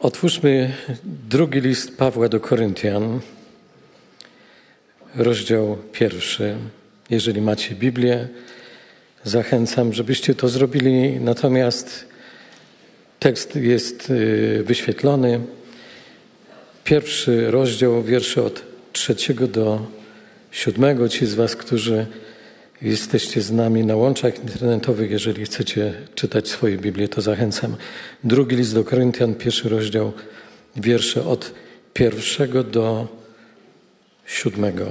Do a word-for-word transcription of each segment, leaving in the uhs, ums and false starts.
Otwórzmy drugi list Pawła do Koryntian, rozdział pierwszy. Jeżeli macie Biblię, zachęcam, żebyście to zrobili. Natomiast tekst jest wyświetlony. Pierwszy rozdział, wiersze od trzeciego do siódmego. Ci z was, którzy jesteście z nami na łączach internetowych, jeżeli chcecie czytać swoje Biblię, to zachęcam. Drugi list do Koryntian, pierwszy rozdział, wiersze od pierwszego do siódmego.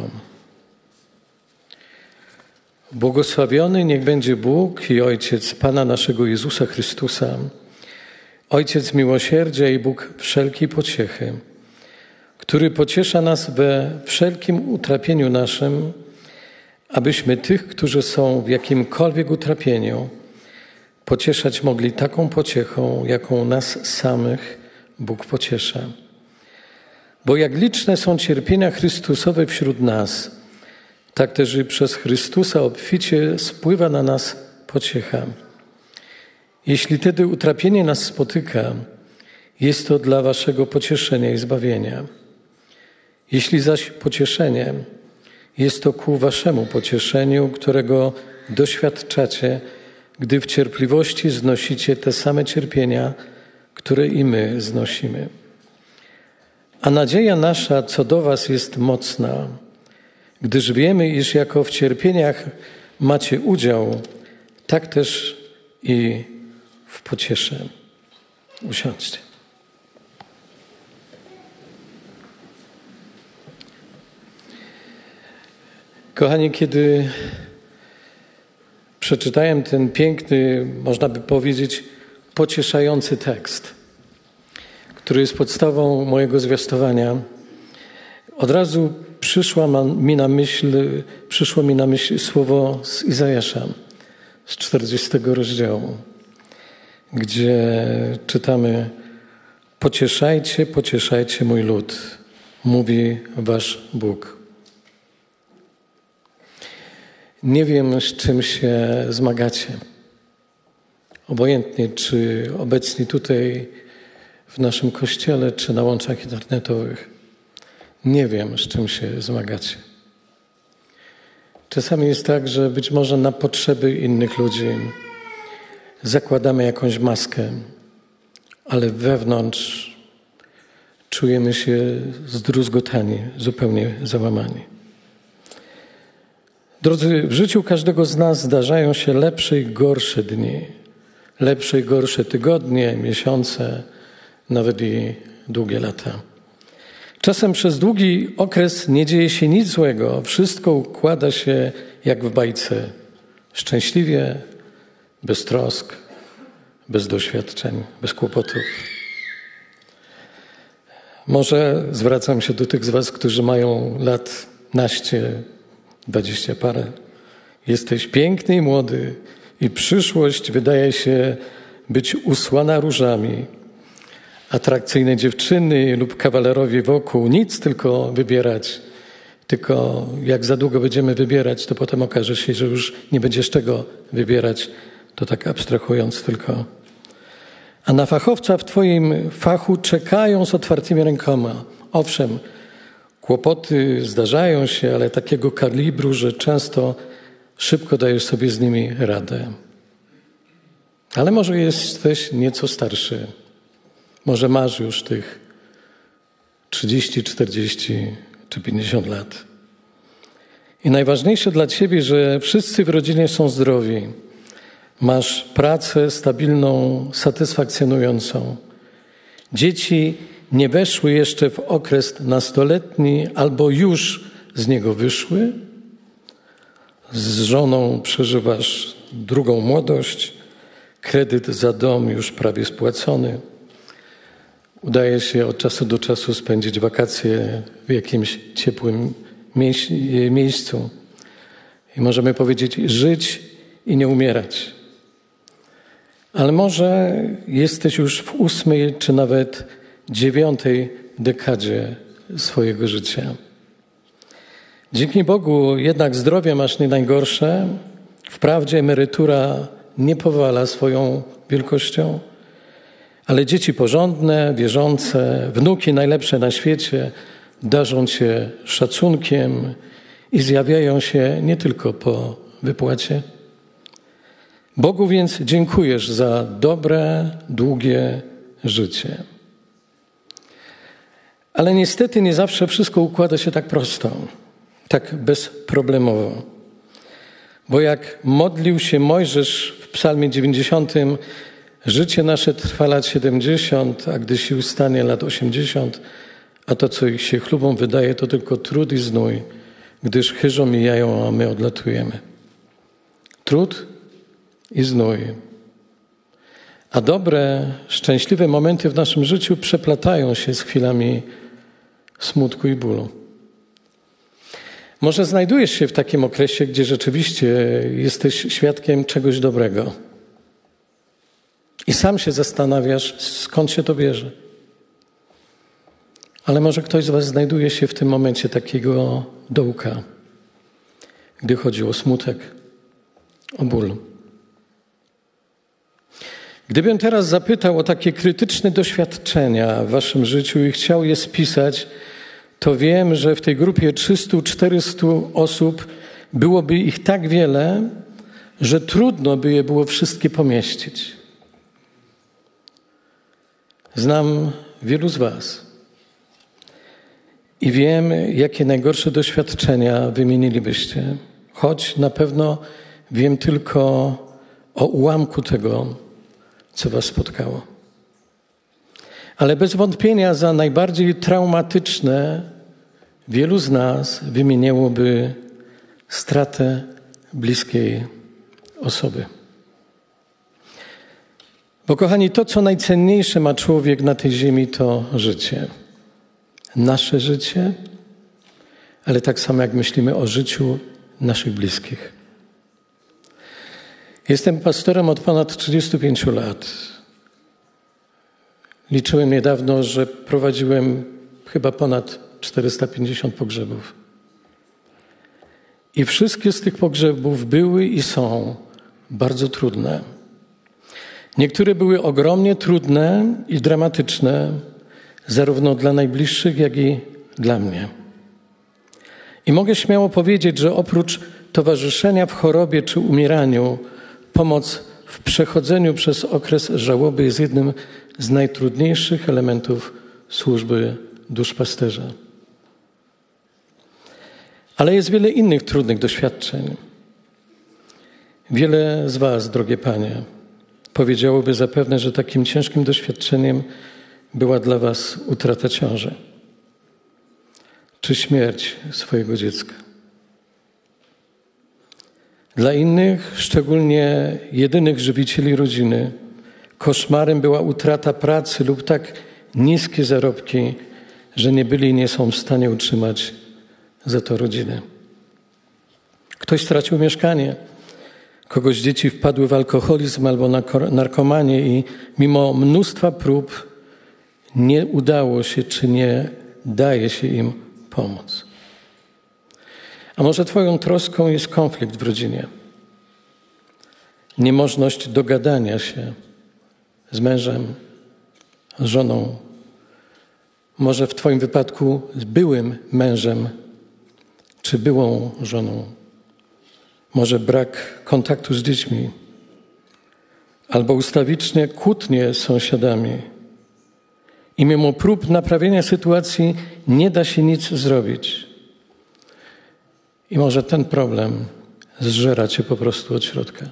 Błogosławiony niech będzie Bóg i Ojciec Pana naszego Jezusa Chrystusa, Ojciec miłosierdzia i Bóg wszelkiej pociechy, który pociesza nas we wszelkim utrapieniu naszym, abyśmy tych, którzy są w jakimkolwiek utrapieniu, pocieszać mogli taką pociechą, jaką nas samych Bóg pociesza. Bo jak liczne są cierpienia Chrystusowe wśród nas, tak też i przez Chrystusa obficie spływa na nas pociecha. Jeśli tedy utrapienie nas spotyka, jest to dla waszego pocieszenia i zbawienia. Jeśli zaś pocieszenie, jest to ku waszemu pocieszeniu, którego doświadczacie, gdy w cierpliwości znosicie te same cierpienia, które i my znosimy. A nadzieja nasza co do was jest mocna, gdyż wiemy, iż jako w cierpieniach macie udział, tak też i w pociesze. Usiądźcie. Kochani, kiedy przeczytałem ten piękny, można by powiedzieć, pocieszający tekst, który jest podstawą mojego zwiastowania, od razu przyszła mi na myśl, przyszło mi na myśl słowo z Izajasza, z czterdziestego rozdziału, gdzie czytamy: pocieszajcie, pocieszajcie mój lud, mówi wasz Bóg. Nie wiem, z czym się zmagacie. Obojętnie, czy obecni tutaj w naszym kościele, czy na łączach internetowych. Nie wiem, z czym się zmagacie. Czasami jest tak, że być może na potrzeby innych ludzi zakładamy jakąś maskę, ale wewnątrz czujemy się zdruzgotani, zupełnie załamani. Drodzy, w życiu każdego z nas zdarzają się lepsze i gorsze dni, lepsze i gorsze tygodnie, miesiące, nawet i długie lata. Czasem przez długi okres nie dzieje się nic złego, wszystko układa się jak w bajce, szczęśliwie, bez trosk, bez doświadczeń, bez kłopotów. Może zwracam się do tych z was, którzy mają lat naście, dwadzieścia parę. Jesteś piękny i młody i przyszłość wydaje się być usłana różami. Atrakcyjne dziewczyny lub kawalerowie wokół, nic tylko wybierać. Tylko jak za długo będziemy wybierać, to potem okaże się, że już nie będziesz czego wybierać. To tak abstrahując tylko. A na fachowca w twoim fachu czekają z otwartymi rękoma. Owszem, kłopoty zdarzają się, ale takiego kalibru, że często szybko dajesz sobie z nimi radę. Ale może jesteś nieco starszy. Może masz już tych trzydzieści, czterdzieści czy pięćdziesiąt lat. I najważniejsze dla ciebie, że wszyscy w rodzinie są zdrowi. Masz pracę stabilną, satysfakcjonującą. Dzieci nie weszły jeszcze w okres nastoletni albo już z niego wyszły. Z żoną przeżywasz drugą młodość. Kredyt za dom już prawie spłacony. Udaje się od czasu do czasu spędzić wakacje w jakimś ciepłym mie- miejscu. I możemy powiedzieć, żyć i nie umierać. Ale może jesteś już w ósmej czy nawet dziewiątej dekadzie swojego życia. Dzięki Bogu jednak zdrowie masz nie najgorsze. Wprawdzie emerytura nie powala swoją wielkością, Ale dzieci porządne, wierzące, wnuki najlepsze na świecie darzą cię szacunkiem i zjawiają się nie tylko po wypłacie. Bogu więc dziękujesz za dobre, długie życie. Ale niestety nie zawsze wszystko układa się tak prosto, tak bezproblemowo. Bo jak modlił się Mojżesz w psalmie dziewięćdziesiątym, życie nasze trwa lat siedemdziesiąt, a gdy sił stanie lat osiemdziesiąt, a to, co ich się chlubą wydaje, to tylko trud i znój, gdyż chyżo mijają, a my odlatujemy. Trud i znój. A dobre, szczęśliwe momenty w naszym życiu przeplatają się z chwilami smutku i bólu. Może znajdujesz się w takim okresie, gdzie rzeczywiście jesteś świadkiem czegoś dobrego. I sam się zastanawiasz, skąd się to bierze. Ale może ktoś z was znajduje się w tym momencie takiego dołka, gdy chodzi o smutek, o ból. Gdybym teraz zapytał o takie krytyczne doświadczenia w waszym życiu i chciał je spisać, to wiem, że w tej grupie trzystu czterystu osób byłoby ich tak wiele, że trudno by je było wszystkie pomieścić. Znam wielu z was i wiem, jakie najgorsze doświadczenia wymienilibyście, choć na pewno wiem tylko o ułamku tego, co was spotkało. Ale bez wątpienia za najbardziej traumatyczne wielu z nas wymieniałoby stratę bliskiej osoby. Bo kochani, to co najcenniejsze ma człowiek na tej ziemi, to życie. Nasze życie, ale tak samo jak myślimy o życiu naszych bliskich. Jestem pastorem od ponad trzydziestu pięciu lat. Liczyłem niedawno, że prowadziłem chyba ponad czterysta pięćdziesiąt pogrzebów. I wszystkie z tych pogrzebów były i są bardzo trudne. Niektóre były ogromnie trudne i dramatyczne, zarówno dla najbliższych, jak i dla mnie. I mogę śmiało powiedzieć, że oprócz towarzyszenia w chorobie czy umieraniu, pomoc w przechodzeniu przez okres żałoby jest jednym z najtrudniejszych elementów służby duszpasterza. Ale jest wiele innych trudnych doświadczeń. Wiele z was, drogie panie, powiedziałoby zapewne, że takim ciężkim doświadczeniem była dla was utrata ciąży czy śmierć swojego dziecka. Dla innych, szczególnie jedynych żywicieli rodziny, koszmarem była utrata pracy lub tak niskie zarobki, że nie byli i nie są w stanie utrzymać za to rodziny. Ktoś stracił mieszkanie, kogoś dzieci wpadły w alkoholizm albo narkomanię i mimo mnóstwa prób nie udało się czy nie daje się im pomóc. A może twoją troską jest konflikt w rodzinie? Niemożność dogadania się z mężem, z żoną. Może w twoim wypadku z byłym mężem czy byłą żoną. Może brak kontaktu z dziećmi. Albo ustawiczne kłótnie z sąsiadami. I mimo prób naprawienia sytuacji nie da się nic zrobić. I może ten problem zżera cię po prostu od środka.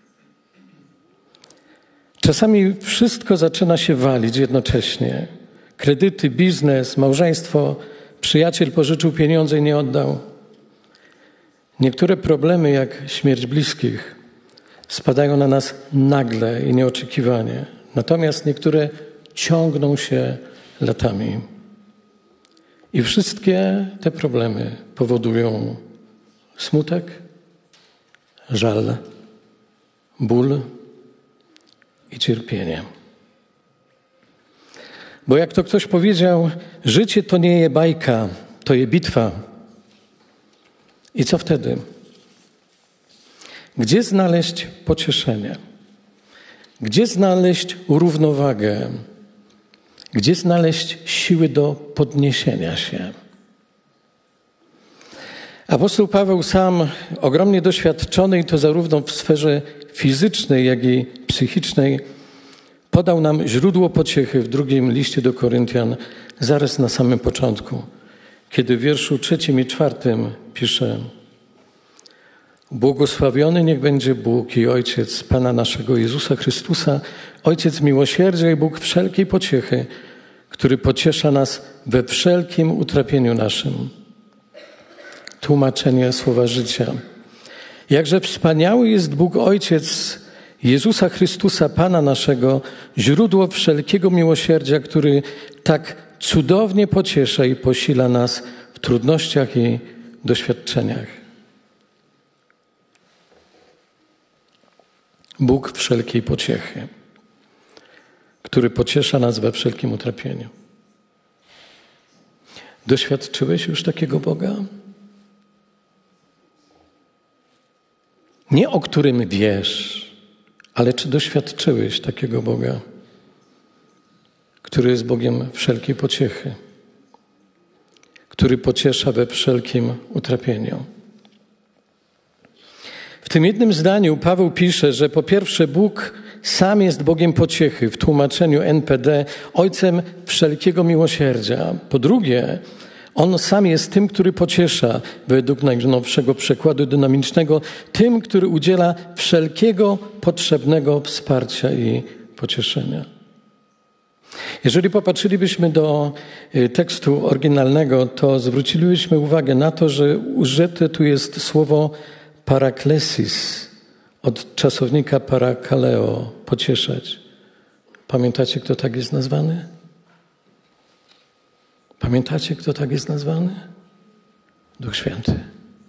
Czasami wszystko zaczyna się walić jednocześnie. Kredyty, biznes, małżeństwo, przyjaciel pożyczył pieniądze i nie oddał. Niektóre problemy, jak śmierć bliskich, spadają na nas nagle i nieoczekiwanie. Natomiast niektóre ciągną się latami. I wszystkie te problemy powodują smutek, żal, ból i cierpienie. Bo jak to ktoś powiedział, życie to nie jest bajka, to jest bitwa. I co wtedy? Gdzie znaleźć pocieszenie? Gdzie znaleźć równowagę? Gdzie znaleźć siły do podniesienia się? Apostoł Paweł sam, ogromnie doświadczony, i to zarówno w sferze fizycznej, jak i psychicznej, podał nam źródło pociechy w drugim liście do Koryntian, zaraz na samym początku, kiedy w wierszu trzecim i czwartym pisze: Błogosławiony niech będzie Bóg i Ojciec Pana naszego Jezusa Chrystusa, Ojciec miłosierdzia i Bóg wszelkiej pociechy, który pociesza nas we wszelkim utrapieniu naszym. Tłumaczenie słowa życia. Jakże wspaniały jest Bóg Ojciec Jezusa Chrystusa, Pana naszego, źródło wszelkiego miłosierdzia, który tak cudownie pociesza i posila nas w trudnościach i doświadczeniach. Bóg wszelkiej pociechy, który pociesza nas we wszelkim utrapieniu. Doświadczyłeś już takiego Boga? Nie o którym wiesz, ale czy doświadczyłeś takiego Boga, który jest Bogiem wszelkiej pociechy, który pociesza we wszelkim utrapieniu. W tym jednym zdaniu Paweł pisze, że po pierwsze Bóg sam jest Bogiem pociechy, w tłumaczeniu N P D, Ojcem wszelkiego miłosierdzia. Po drugie, On sam jest tym, który pociesza, według najnowszego przekładu dynamicznego, tym, który udziela wszelkiego potrzebnego wsparcia i pocieszenia. Jeżeli popatrzylibyśmy do tekstu oryginalnego, to zwrócilibyśmy uwagę na to, że użyte tu jest słowo paraklesis, od czasownika parakaleo, pocieszać. Pamiętacie, kto tak jest nazwany? Pamiętacie, kto tak jest nazwany? Duch Święty.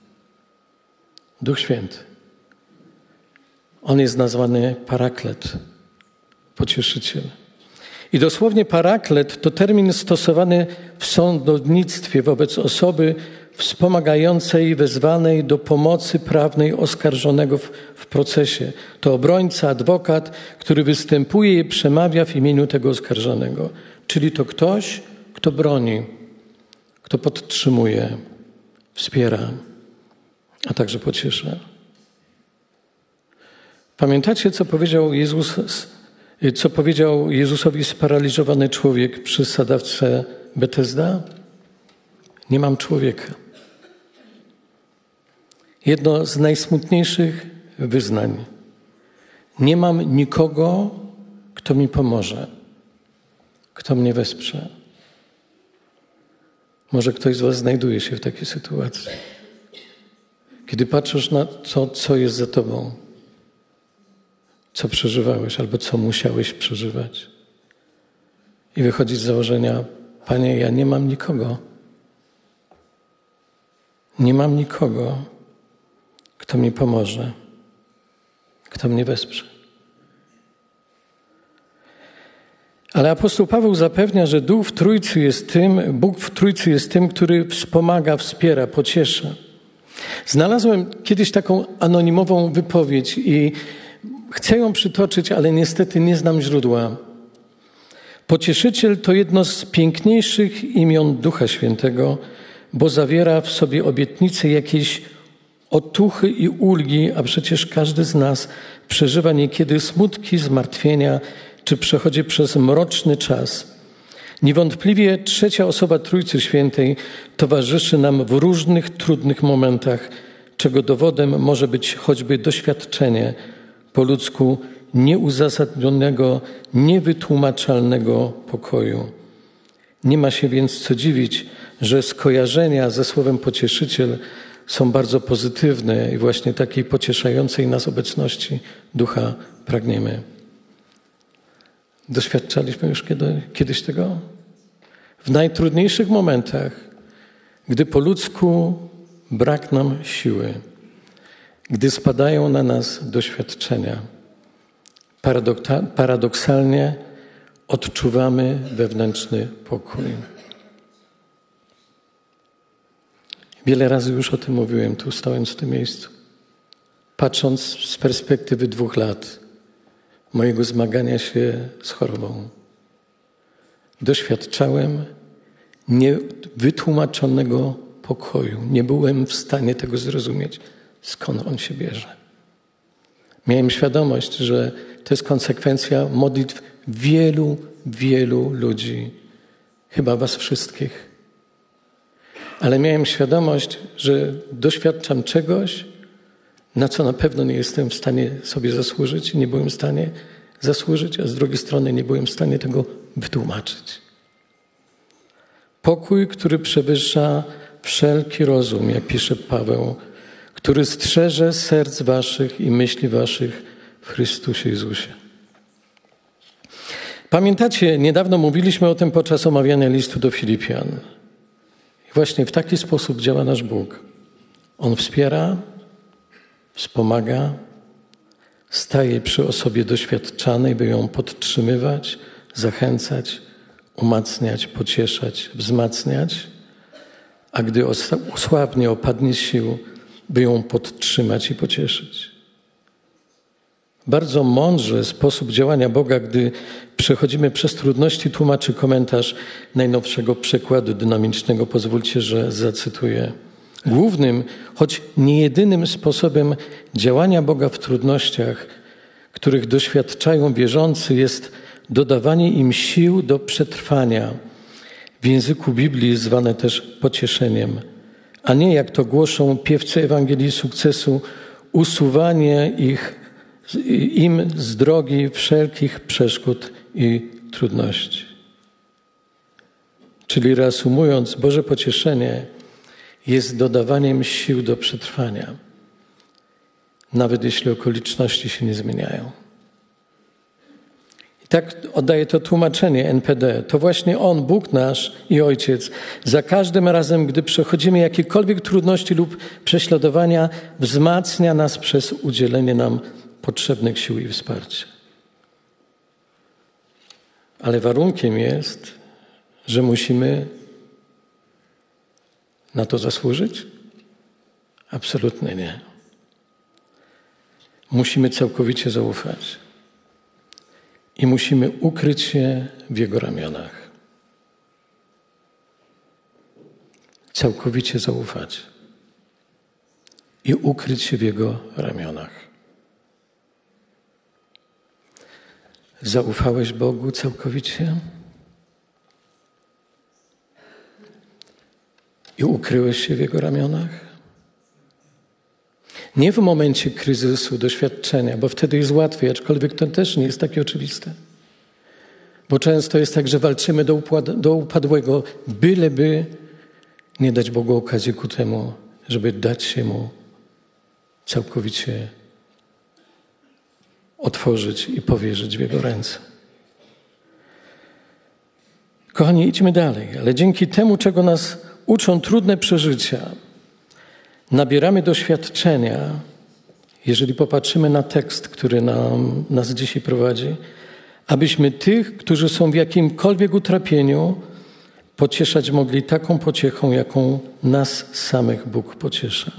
Duch Święty. On jest nazwany paraklet, pocieszyciel. I dosłownie paraklet to termin stosowany w sądownictwie wobec osoby wspomagającej, wezwanej do pomocy prawnej oskarżonego w, w procesie. To obrońca, adwokat, który występuje i przemawia w imieniu tego oskarżonego. Czyli to ktoś, kto broni, kto podtrzymuje, wspiera, a także pociesza. Pamiętacie, co powiedział Jezus, co powiedział Jezusowi sparaliżowany człowiek przy sadzawce Betesda? Nie mam człowieka. Jedno z najsmutniejszych wyznań. Nie mam nikogo, kto mi pomoże, kto mnie wesprze. Może ktoś z was znajduje się w takiej sytuacji. Kiedy patrzysz na to, co jest za tobą, co przeżywałeś albo co musiałeś przeżywać. I wychodzić z założenia: Panie, ja nie mam nikogo. Nie mam nikogo, kto mi pomoże, kto mnie wesprze. Ale apostoł Paweł zapewnia, że Duch w Trójcy jest tym, Bóg w Trójcy jest tym, który wspomaga, wspiera, pociesza. Znalazłem kiedyś taką anonimową wypowiedź i chcę ją przytoczyć, ale niestety nie znam źródła. Pocieszyciel to jedno z piękniejszych imion Ducha Świętego, bo zawiera w sobie obietnicę jakiejś otuchy i ulgi, a przecież każdy z nas przeżywa niekiedy smutki, zmartwienia, czy przechodzi przez mroczny czas. Niewątpliwie trzecia osoba Trójcy Świętej towarzyszy nam w różnych trudnych momentach, czego dowodem może być choćby doświadczenie po ludzku nieuzasadnionego, niewytłumaczalnego pokoju. Nie ma się więc co dziwić, że skojarzenia ze słowem pocieszyciel są bardzo pozytywne i właśnie takiej pocieszającej nas obecności Ducha pragniemy. Doświadczaliśmy już kiedy, kiedyś tego? W najtrudniejszych momentach, gdy po ludzku brak nam siły, gdy spadają na nas doświadczenia, paradoksa- paradoksalnie odczuwamy wewnętrzny pokój. Wiele razy już o tym mówiłem, tu stając w tym miejscu. Patrząc z perspektywy dwóch lat, mojego zmagania się z chorobą. Doświadczałem niewytłumaczonego pokoju. Nie byłem w stanie tego zrozumieć, skąd on się bierze. Miałem świadomość, że to jest konsekwencja modlitw wielu, wielu ludzi, chyba was wszystkich. Ale miałem świadomość, że doświadczam czegoś, na co na pewno nie jestem w stanie sobie zasłużyć i nie byłem w stanie zasłużyć, a z drugiej strony nie byłem w stanie tego wytłumaczyć. Pokój, który przewyższa wszelki rozum, jak pisze Paweł, który strzeże serc waszych i myśli waszych w Chrystusie Jezusie. Pamiętacie, niedawno mówiliśmy o tym podczas omawiania listu do Filipian. I właśnie w taki sposób działa nasz Bóg. On wspiera, wspomaga, staje przy osobie doświadczanej, by ją podtrzymywać, zachęcać, umacniać, pocieszać, wzmacniać, a gdy osłabnie, opadnie z sił, by ją podtrzymać i pocieszyć. Bardzo mądrze sposób działania Boga, gdy przechodzimy przez trudności, tłumaczy komentarz najnowszego przekładu dynamicznego. Pozwólcie, że zacytuję. Głównym, choć nie jedynym sposobem działania Boga w trudnościach, których doświadczają wierzący, jest dodawanie im sił do przetrwania, w języku Biblii zwane też pocieszeniem, a nie, jak to głoszą piewcy Ewangelii Sukcesu, usuwanie ich, im z drogi wszelkich przeszkód i trudności. Czyli reasumując, Boże pocieszenie jest dodawaniem sił do przetrwania, nawet jeśli okoliczności się nie zmieniają. I tak oddaje to tłumaczenie N P D. To właśnie On, Bóg nasz i Ojciec, za każdym razem, gdy przechodzimy jakiekolwiek trudności lub prześladowania, wzmacnia nas przez udzielenie nam potrzebnych sił i wsparcia. Ale warunkiem jest, że musimy na to zasłużyć? Absolutnie nie. Musimy całkowicie zaufać. I musimy ukryć się w Jego ramionach. Całkowicie zaufać. I ukryć się w Jego ramionach. Zaufałeś Bogu całkowicie? I ukryłeś się w Jego ramionach? Nie w momencie kryzysu, doświadczenia, bo wtedy jest łatwiej, aczkolwiek to też nie jest takie oczywiste. Bo często jest tak, że walczymy do, upład- do upadłego, byleby nie dać Bogu okazji ku temu, żeby dać się Mu całkowicie otworzyć i powierzyć w Jego ręce. Kochani, idźmy dalej, ale dzięki temu, czego nas uczą trudne przeżycia, nabieramy doświadczenia, jeżeli popatrzymy na tekst, który nam, nas dzisiaj prowadzi, abyśmy tych, którzy są w jakimkolwiek utrapieniu, pocieszać mogli taką pociechą, jaką nas samych Bóg pociesza.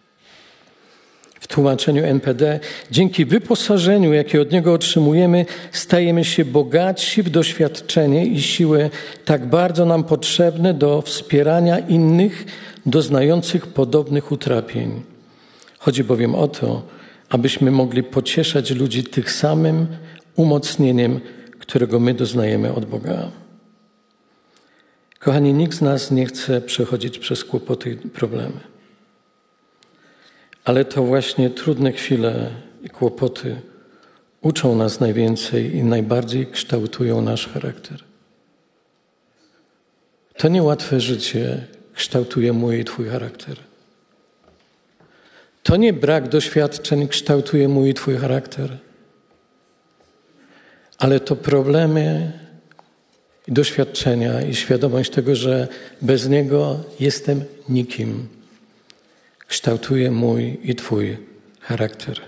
W tłumaczeniu N P D, dzięki wyposażeniu, jakie od Niego otrzymujemy, stajemy się bogatsi w doświadczenie i siłę tak bardzo nam potrzebne do wspierania innych, doznających podobnych utrapień. Chodzi bowiem o to, abyśmy mogli pocieszać ludzi tych samym umocnieniem, którego my doznajemy od Boga. Kochani, nikt z nas nie chce przechodzić przez kłopoty i problemy. Ale to właśnie trudne chwile i kłopoty uczą nas najwięcej i najbardziej kształtują nasz charakter. To niełatwe życie kształtuje mój i Twój charakter. To nie brak doświadczeń kształtuje mój i Twój charakter. Ale to problemy i doświadczenia i świadomość tego, że bez Niego jestem nikim, kształtuje mój i Twój charakter.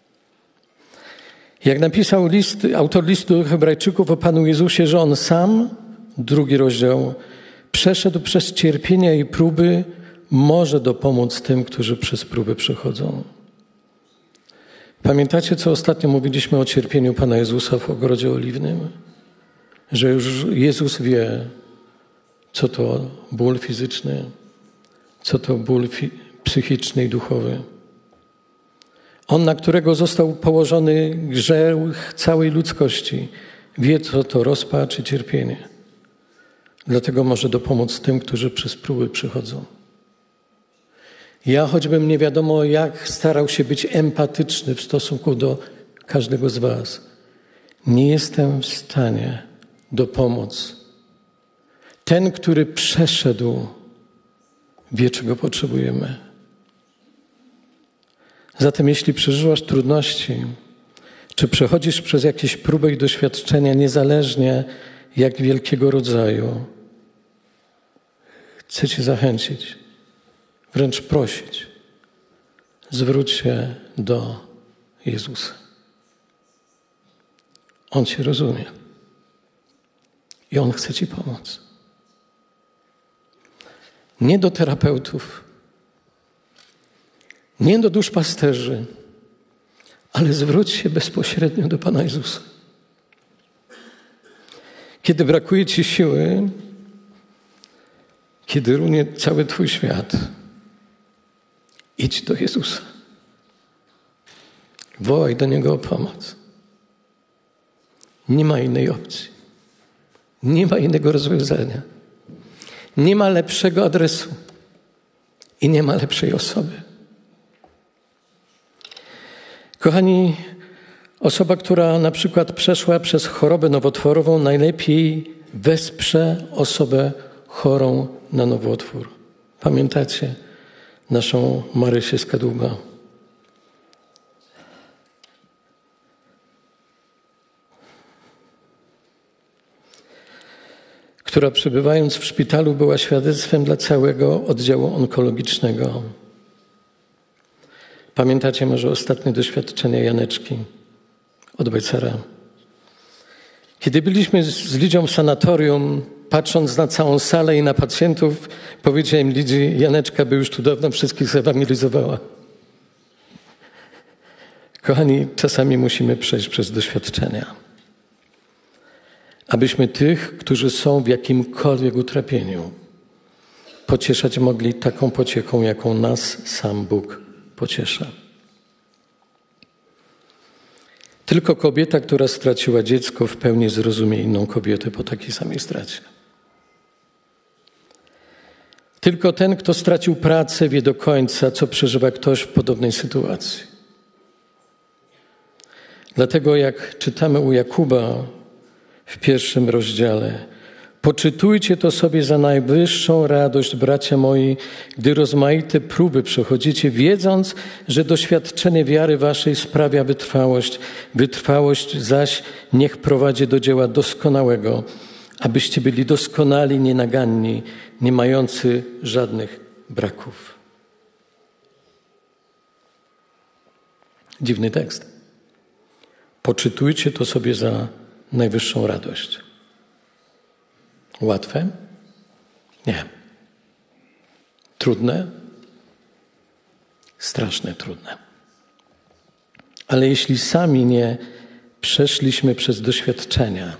Jak napisał list, autor listu do Hebrajczyków o Panu Jezusie, że On sam, drugi rozdział, przeszedł przez cierpienia i próby, może dopomóc tym, którzy przez próby przechodzą. Pamiętacie, co ostatnio mówiliśmy o cierpieniu Pana Jezusa w ogrodzie oliwnym? Że już Jezus wie, co to ból fizyczny, co to ból fi- psychiczny i duchowy. On, na którego został położony grzech całej ludzkości, wie, co to rozpacz i cierpienie. Dlatego może dopomóc tym, którzy przez próby przychodzą. Ja, choćbym nie wiadomo jak starał się być empatyczny w stosunku do każdego z was, nie jestem w stanie dopomóc. Ten, który przeszedł, wie, czego potrzebujemy. Zatem jeśli przeżywasz trudności, czy przechodzisz przez jakieś próby i doświadczenia, niezależnie jak wielkiego rodzaju, chcę cię zachęcić, wręcz prosić, zwróć się do Jezusa. On cię rozumie i On chce ci pomóc. Nie do terapeutów, nie do duszpasterzy, ale zwróć się bezpośrednio do Pana Jezusa. Kiedy brakuje ci siły, kiedy runie cały twój świat, idź do Jezusa. Wołaj do Niego o pomoc. Nie ma innej opcji. Nie ma innego rozwiązania. Nie ma lepszego adresu i nie ma lepszej osoby. Kochani, osoba, która na przykład przeszła przez chorobę nowotworową, najlepiej wesprze osobę chorą na nowotwór. Pamiętacie naszą Marysię z Kadłuba? Która przebywając w szpitalu była świadectwem dla całego oddziału onkologicznego. Pamiętacie może ostatnie doświadczenie Janeczki od Bajcara? Kiedy byliśmy z Lidzią w sanatorium, patrząc na całą salę i na pacjentów, powiedziałem Lidzi, Janeczka by już tu dawno wszystkich zewangelizowała. Kochani, czasami musimy przejść przez doświadczenia, abyśmy tych, którzy są w jakimkolwiek utrapieniu, pocieszać mogli taką pociechą, jaką nas sam Bóg pociesza. Tylko kobieta, która straciła dziecko, w pełni zrozumie inną kobietę po takiej samej stracie. Tylko ten, kto stracił pracę, wie do końca, co przeżywa ktoś w podobnej sytuacji. Dlatego jak czytamy u Jakuba w pierwszym rozdziale: poczytujcie to sobie za najwyższą radość, bracia moi, gdy rozmaite próby przechodzicie, wiedząc, że doświadczenie wiary waszej sprawia wytrwałość. Wytrwałość zaś niech prowadzi do dzieła doskonałego, abyście byli doskonali, nienaganni, nie mający żadnych braków. Dziwny tekst. Poczytujcie to sobie za najwyższą radość. Łatwe? Nie. Trudne? Strasznie trudne. Ale jeśli sami nie przeszliśmy przez doświadczenia,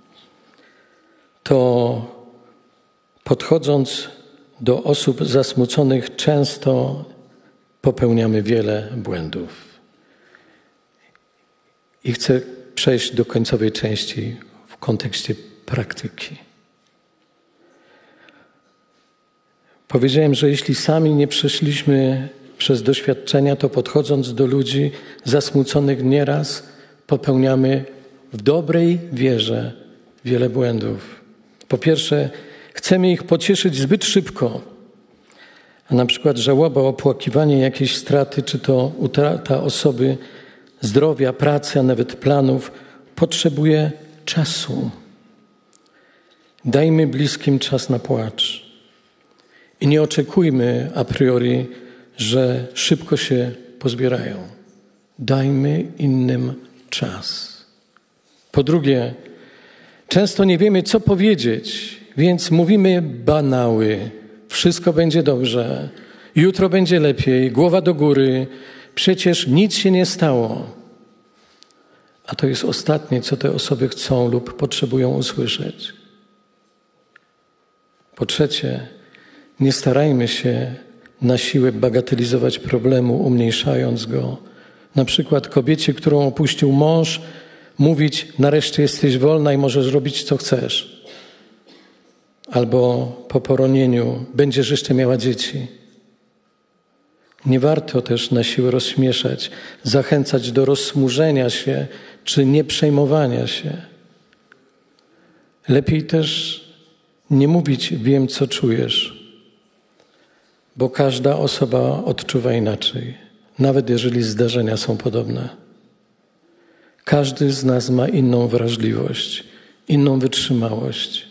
to podchodząc do osób zasmuconych często popełniamy wiele błędów. I chcę przejść do końcowej części w kontekście praktyki. Powiedziałem, że jeśli sami nie przeszliśmy przez doświadczenia, to podchodząc do ludzi zasmuconych nieraz popełniamy w dobrej wierze wiele błędów. Po pierwsze, chcemy ich pocieszyć zbyt szybko, a na przykład żałoba, opłakiwanie jakiejś straty, czy to utrata osoby, zdrowia, pracy, a nawet planów, potrzebuje czasu. Dajmy bliskim czas na płacz. I nie oczekujmy a priori, że szybko się pozbierają. Dajmy innym czas. Po drugie, często nie wiemy, co powiedzieć, więc mówimy banały. Wszystko będzie dobrze, jutro będzie lepiej, głowa do góry, przecież nic się nie stało. A to jest ostatnie, co te osoby chcą lub potrzebują usłyszeć. Po trzecie, nie starajmy się na siłę bagatelizować problemu, umniejszając go. Na przykład kobiecie, którą opuścił mąż, mówić: nareszcie jesteś wolna i możesz robić, co chcesz. Albo po poronieniu: będziesz jeszcze miała dzieci. Nie warto też na siłę rozśmieszać, zachęcać do rozsmużenia się czy nieprzejmowania się. Lepiej też nie mówić: wiem, co czujesz, bo każda osoba odczuwa inaczej, nawet jeżeli zdarzenia są podobne. Każdy z nas ma inną wrażliwość, inną wytrzymałość.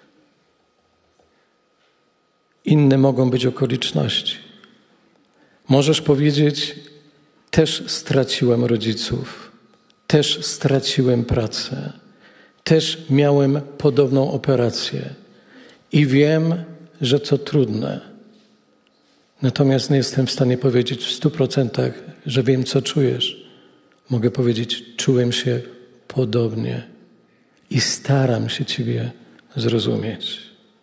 Inne mogą być okoliczności. Możesz powiedzieć: też straciłem rodziców, też straciłem pracę, też miałem podobną operację i wiem, że to trudne. Natomiast nie jestem w stanie powiedzieć w stu procentach, że wiem, co czujesz. Mogę powiedzieć: czułem się podobnie i staram się Ciebie zrozumieć.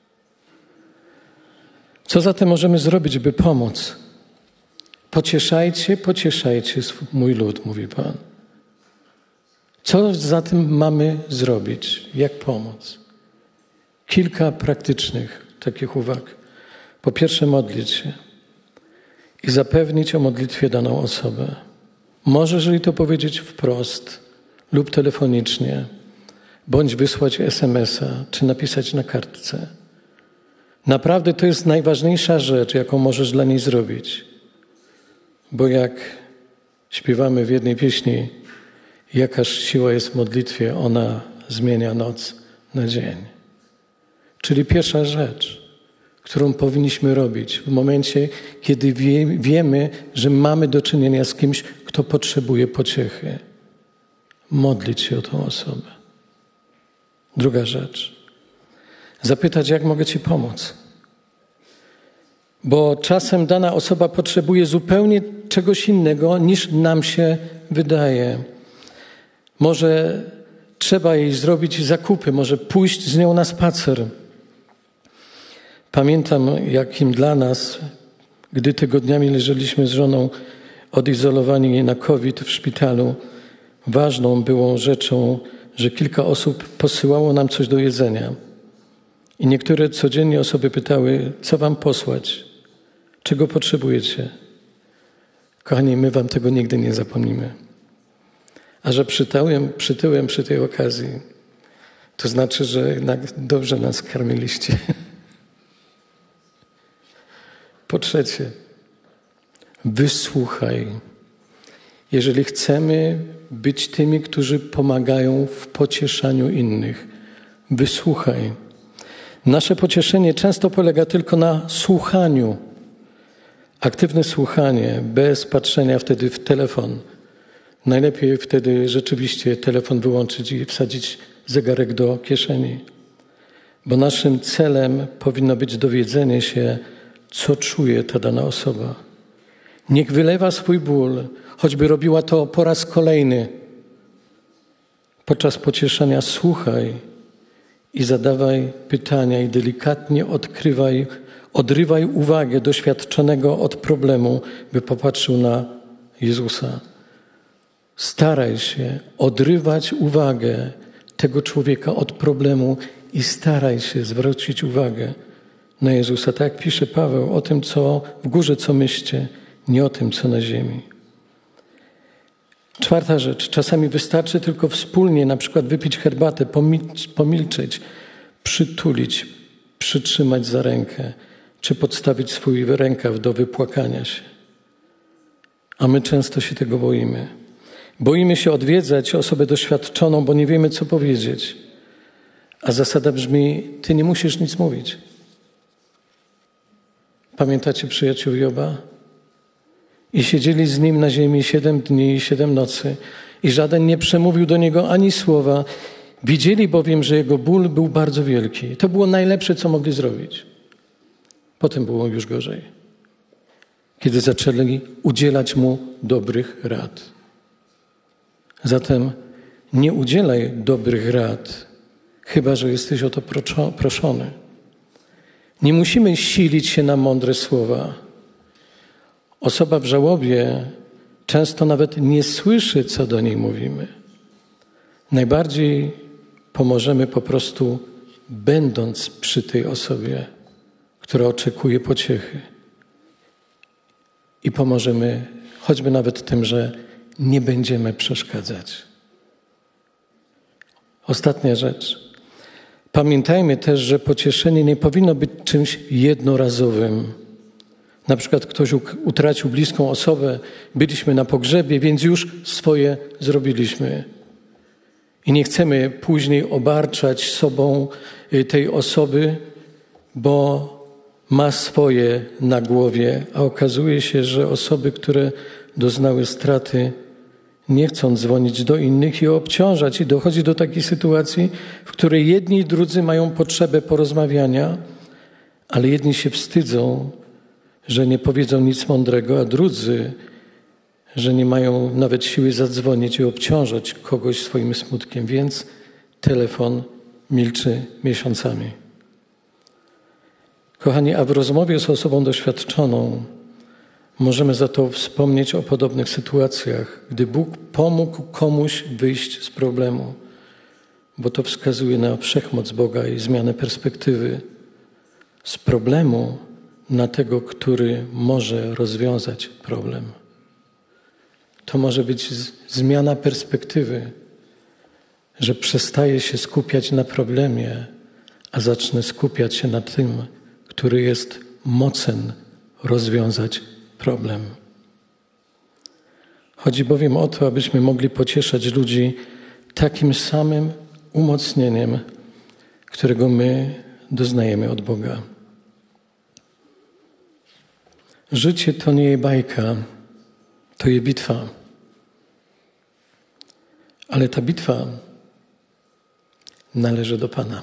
Co zatem możemy zrobić, by pomóc? Pocieszajcie, pocieszajcie mój lud, mówi Pan. Co zatem mamy zrobić? Jak pomóc? Kilka praktycznych takich uwag. Po pierwsze, modlić się i zapewnić o modlitwie daną osobę. Możesz jej to powiedzieć wprost lub telefonicznie, bądź wysłać es em es a, czy napisać na kartce. Naprawdę to jest najważniejsza rzecz, jaką możesz dla niej zrobić. Bo jak śpiewamy w jednej pieśni: jakaż siła jest w modlitwie, ona zmienia noc na dzień. Czyli pierwsza rzecz, którą powinniśmy robić w momencie, kiedy wie, wiemy, że mamy do czynienia z kimś, kto potrzebuje pociechy. Modlić się o tą osobę. Druga rzecz. Zapytać: jak mogę Ci pomóc? Bo czasem dana osoba potrzebuje zupełnie czegoś innego, niż nam się wydaje. Może trzeba jej zrobić zakupy, może pójść z nią na spacer. Pamiętam, jakim dla nas, gdy tygodniami leżeliśmy z żoną odizolowani na kowid w szpitalu, ważną było rzeczą, że kilka osób posyłało nam coś do jedzenia. I niektóre codziennie osoby pytały: co wam posłać? Czego potrzebujecie? Kochani, my wam tego nigdy nie zapomnimy. A że przytyłem, przytyłem przy tej okazji, to znaczy, że jednak dobrze nas karmiliście. Po trzecie, wysłuchaj. Jeżeli chcemy być tymi, którzy pomagają w pocieszaniu innych, wysłuchaj. Nasze pocieszenie często polega tylko na słuchaniu. Aktywne słuchanie, bez patrzenia wtedy w telefon. Najlepiej wtedy rzeczywiście telefon wyłączyć i wsadzić zegarek do kieszeni. Bo naszym celem powinno być dowiedzenie się, co czuje ta dana osoba. Niech wylewa swój ból, choćby robiła to po raz kolejny. Podczas pocieszania słuchaj i zadawaj pytania i delikatnie odkrywaj, odrywaj uwagę doświadczonego od problemu, by popatrzył na Jezusa. Staraj się odrywać uwagę tego człowieka od problemu i staraj się zwrócić uwagę na Jezusa. Tak jak pisze Paweł, o tym, co w górze, co myślcie, nie o tym, co na ziemi. Czwarta rzecz. Czasami wystarczy tylko wspólnie na przykład wypić herbatę, pomilczeć, pomilczeć, przytulić, przytrzymać za rękę, czy podstawić swój rękaw do wypłakania się. A my często się tego boimy. Boimy się odwiedzać osobę doświadczoną, bo nie wiemy, co powiedzieć. A zasada brzmi: ty nie musisz nic mówić. Pamiętacie przyjaciół Joba? I siedzieli z nim na ziemi siedem dni i siedem nocy i żaden nie przemówił do niego ani słowa. Widzieli bowiem, że jego ból był bardzo wielki. To było najlepsze, co mogli zrobić. Potem było już gorzej. kiedy zaczęli udzielać mu dobrych rad. Zatem nie udzielaj dobrych rad, chyba że jesteś o to proszony. Nie musimy silić się na mądre słowa. Osoba w żałobie często nawet nie słyszy, co do niej mówimy. Najbardziej pomożemy po prostu będąc przy tej osobie, która oczekuje pociechy. I pomożemy choćby nawet tym, że nie będziemy przeszkadzać. Ostatnia rzecz. Pamiętajmy też, że pocieszenie nie powinno być czymś jednorazowym. Na przykład ktoś utracił bliską osobę, byliśmy na pogrzebie, więc już swoje zrobiliśmy. I nie chcemy później obarczać sobą tej osoby, bo ma swoje na głowie, a okazuje się, że osoby, które doznały straty, nie chcą dzwonić do innych i obciążać. I dochodzi do takiej sytuacji, w której jedni i drudzy mają potrzebę porozmawiania, ale jedni się wstydzą, że nie powiedzą nic mądrego, a drudzy, że nie mają nawet siły zadzwonić i obciążać kogoś swoim smutkiem, więc telefon milczy miesiącami. Kochani, a w rozmowie z osobą doświadczoną możemy za to wspomnieć o podobnych sytuacjach, gdy Bóg pomógł komuś wyjść z problemu, bo to wskazuje na wszechmoc Boga i zmianę perspektywy z problemu na tego, który może rozwiązać problem. To może być zmiana perspektywy, że przestaję się skupiać na problemie, a zacznę skupiać się na tym, który jest mocen rozwiązać problem. Chodzi bowiem o to, abyśmy mogli pocieszać ludzi takim samym umocnieniem, którego my doznajemy od Boga. Życie to nie jest bajka, to jest bitwa. Ale ta bitwa należy do Pana.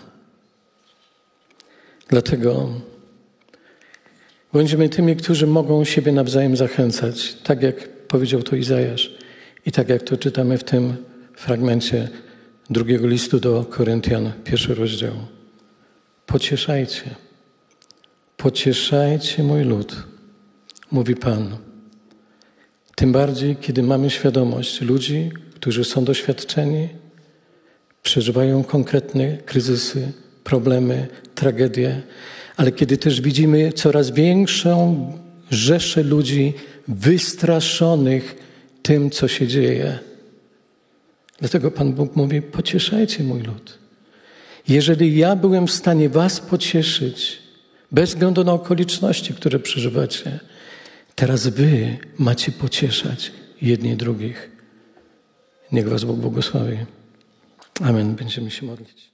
Dlatego bądźmy tymi, którzy mogą siebie nawzajem zachęcać, tak jak powiedział to Izajasz i tak jak to czytamy w tym fragmencie drugiego listu do Koryntian, pierwszy rozdział. Pocieszajcie, pocieszajcie mój lud, mówi Pan. Tym bardziej, kiedy mamy świadomość ludzi, którzy są doświadczeni, przeżywają konkretne kryzysy, problemy, tragedie, ale kiedy też widzimy coraz większą rzeszę ludzi wystraszonych tym, co się dzieje. Dlatego Pan Bóg mówi, pocieszajcie mój lud. Jeżeli ja byłem w stanie was pocieszyć, bez względu na okoliczności, które przeżywacie, teraz wy macie pocieszać jedni drugich. Niech was Bóg błogosławi. Amen. Będziemy się modlić.